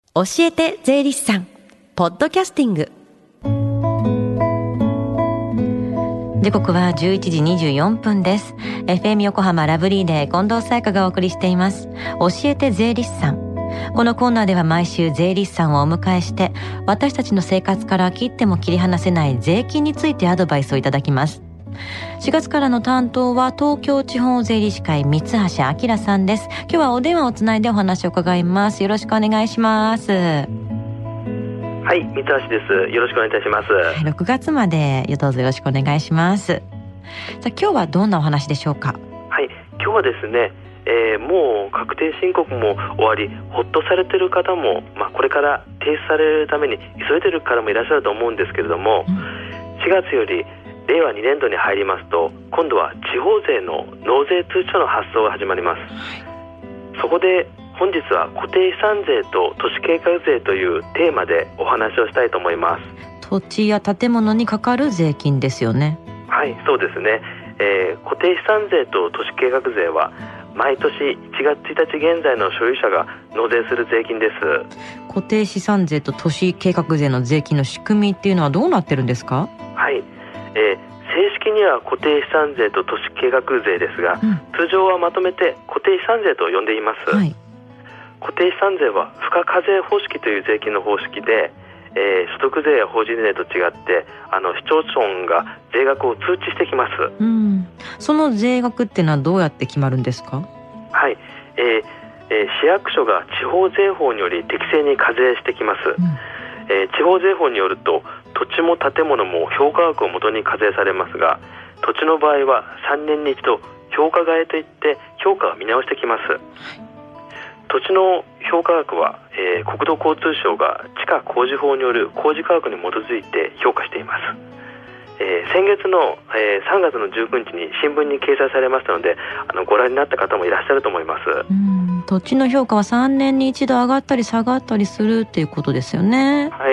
教えて税理士さんポッドキャスティング。時刻は11時24分です。 FM 横浜ラブリーで近藤沙耶香がお送りしています教えて税理士さん。このコーナーでは毎週税理士さんをお迎えして、私たちの生活から切っても切り離せない税金についてアドバイスをいただきます。4月からの担当は東京地方税理士会三橋明さんです。今日はお電話をつないでお話を伺います。よろしくお願いします。 はい、三橋です。よろしくお願いいたします。 6月までどうぞよろしくお願いします。さあ、今日はどんなお話でしょうか。 はい、今日はですね、もう確定申告も終わり、ほっとされている方も、これから提出されるために急いでいる方もいらっしゃると思うんですけれども、4月より令和2年度に入りますと、今度は地方税の納税通知書の発送が始まります。そこで本日は固定資産税と都市計画税というテーマでお話をしたいと思います。 土地や建物にかかる税金ですよね。 はい、そうですね。固定資産税と都市計画税は毎年1月1日現在の所有者が納税する税金です。 固定資産税と都市計画税の税金の仕組みっていうのはどうなってるんですか。 はい、正式には固定資産税と都市計画税ですが、通常はまとめて固定資産税と呼んでいます。はい、固定資産税は付加課税方式という税金の方式で、所得税や法人税と違って市町村が税額を通知してきます。 その税額っていうのはどうやって決まるんですか。 はい、市役所が地方税法により適正に課税してきます。地方税法によると土地も建物も評価額をもとに課税されますが、土地の場合は3年に一度評価替えといって評価を見直してきます。土地の評価額は、国土交通省が地価工事法による工事価格に基づいて評価しています。先月の、3月の19日に新聞に掲載されましたので、ご覧になった方もいらっしゃると思います。 土地の評価は3年に一度上がったり下がったりするっていうことですよね。 はい。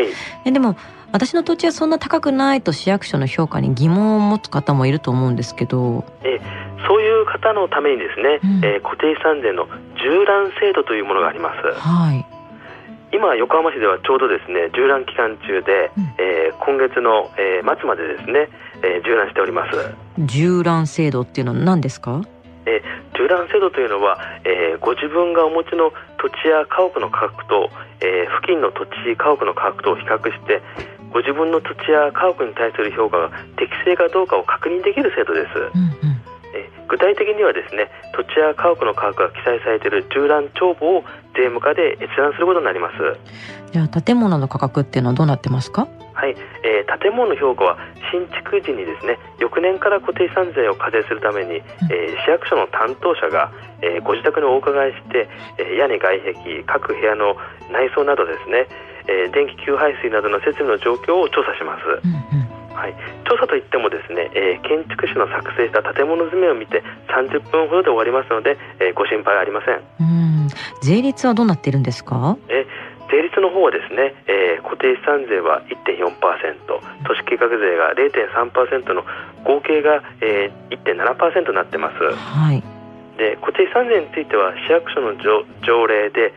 でも私の土地はそんな高くないと市役所の評価に疑問を持つ方もいると思うんですけど、 そういう方のためにですね、固定資産税の縦覧制度というものがあります。はい、今横浜市ではちょうどですね縦覧期間中で、今月の、末までですね、縦覧しております。 縦覧制度っていうのは何ですか。 縦覧制度というのは、ご自分がお持ちの土地や家屋の価格と、付近の土地家屋の価格とを比較して、ご自分の土地や家屋に対する評価が適正かどうかを確認できる制度です。具体的にはですね、土地や家屋の価格が記載されている縦覧帳簿を税務課で閲覧することになります。 じゃあ建物の価格っていうのはどうなってますか。 はい、建物の評価は新築時にですね、翌年から固定資産税を課税するために、市役所の担当者が、ご自宅にお伺いして、屋根外壁各部屋の内装などですね、電気給排水などの設備の状況を調査します。はい、調査といってもですね、建築士の作成した建物図面を見て30分ほどで終わりますので、ご心配ありません。 税率はどうなっているんですか。 税率の方はですね、固定資産税は 1.4%、都市計画税が 0.3% の合計が、1.7% になってます。はい、で固定資産税については市役所の条例で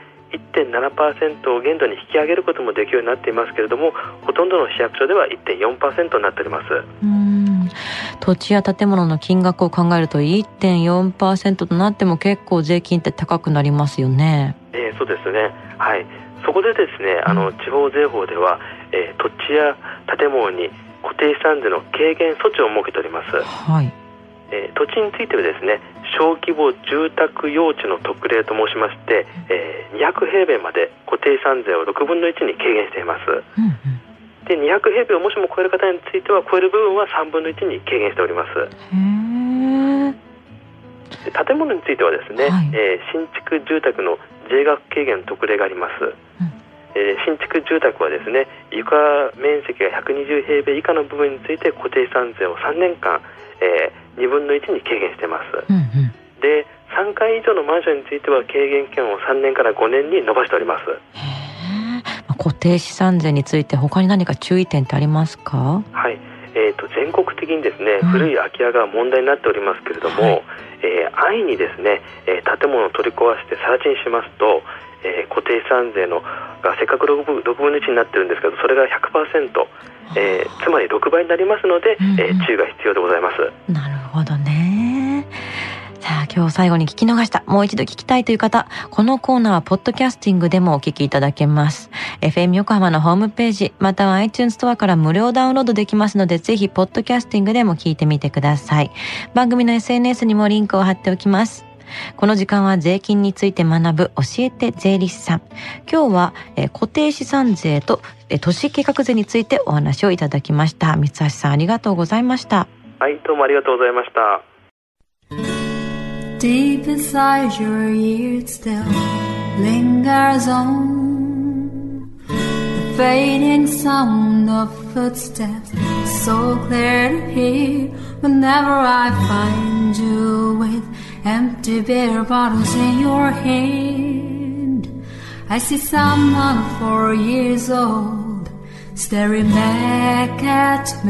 1.7% を限度に引き上げることもできるようになっていますけれども、ほとんどの市役所では 1.4% になっております。 土地や建物の金額を考えると 1.4% となっても結構税金って高くなりますよね。 そうですね。はい、そこでですね、地方税法では、土地や建物に固定資産税の軽減措置を設けております。はい、土地についてはですね、小規模住宅用地の特例と申しまして、200平米まで固定資産税を6分の1に軽減しています。で200平米をもしも超える方については超える部分は3分の1に軽減しております。で建物についてはですね、新築住宅の税額軽減の特例があります。新築住宅はですね、床面積が120平米以下の部分について固定資産税を3年間、2分の1に軽減しています。で3階以上のマンションについては軽減期間を3年から5年に延ばしております。 固定資産税について他に何か注意点ってありますか。 はい、全国的にですね、古い空き家が問題になっておりますけれども、安易にですね、建物を取り壊して更地にしますと、固定資産税のがせっかく 6分の1になってるんですけど、それが 100%、つまり6倍になりますので、注意が必要でございます。 なるほどね。さあ、今日最後に聞き逃した、もう一度聞きたいという方、このコーナーはポッドキャスティングでもお聞きいただけます。 FM 横浜のホームページまたは iTunes ストアから無料ダウンロードできますので、ぜひポッドキャスティングでも聞いてみてください。番組の SNS にもリンクを貼っておきます。この時間は税金について学ぶ教えて税理士さん。今日は固定資産税と都市計画税についてお話をいただきました。三橋さん、ありがとうございました。 はい、どうもありがとうございました。 Deep inside your ears still lingers on the fading sound of footsteps, so clear to hear whenever I find you with empty beer bottles in your hand. I see someone 4 years old staring back at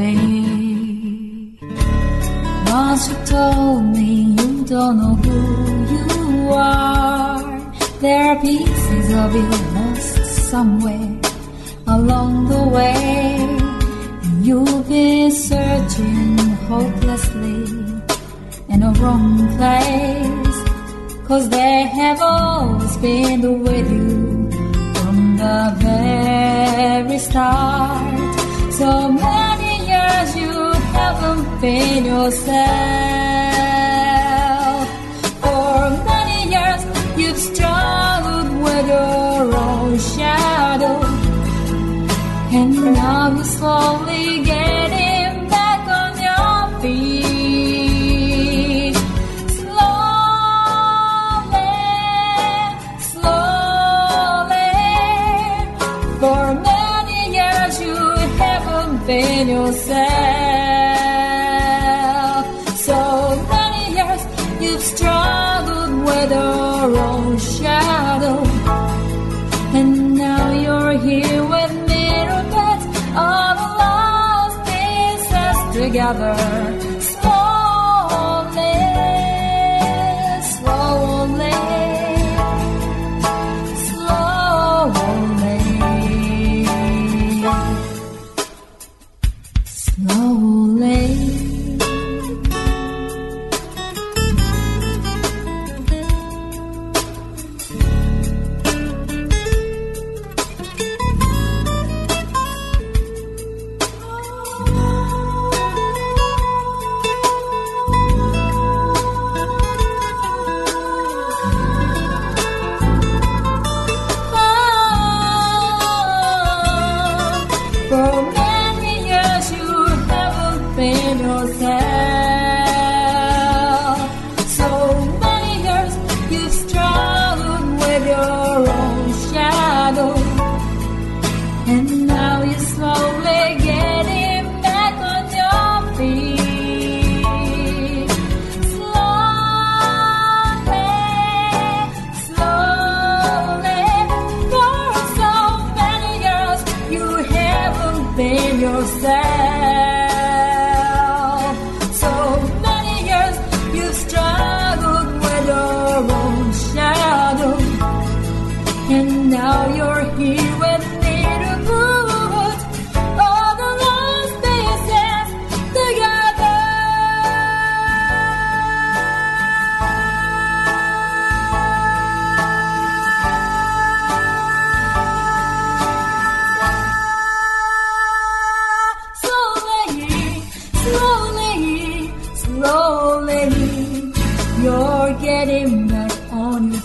me.Once you told me you don't know who you are. There are pieces of you lost somewhere along the way. And you've been searching hopelessly in a wrong place. 'Cause they have always been with you from the very start. So many years you haven't been yourself. For many years you've struggled with your own shadow. And now you're slowly getting back on your feet. Slowly, slowly. For many years you haven't been yourself.So many years you've struggled with your own shadow. And now you're here with me to put all the lost pieces together. Slowly, slowly, slowly, you're getting back on your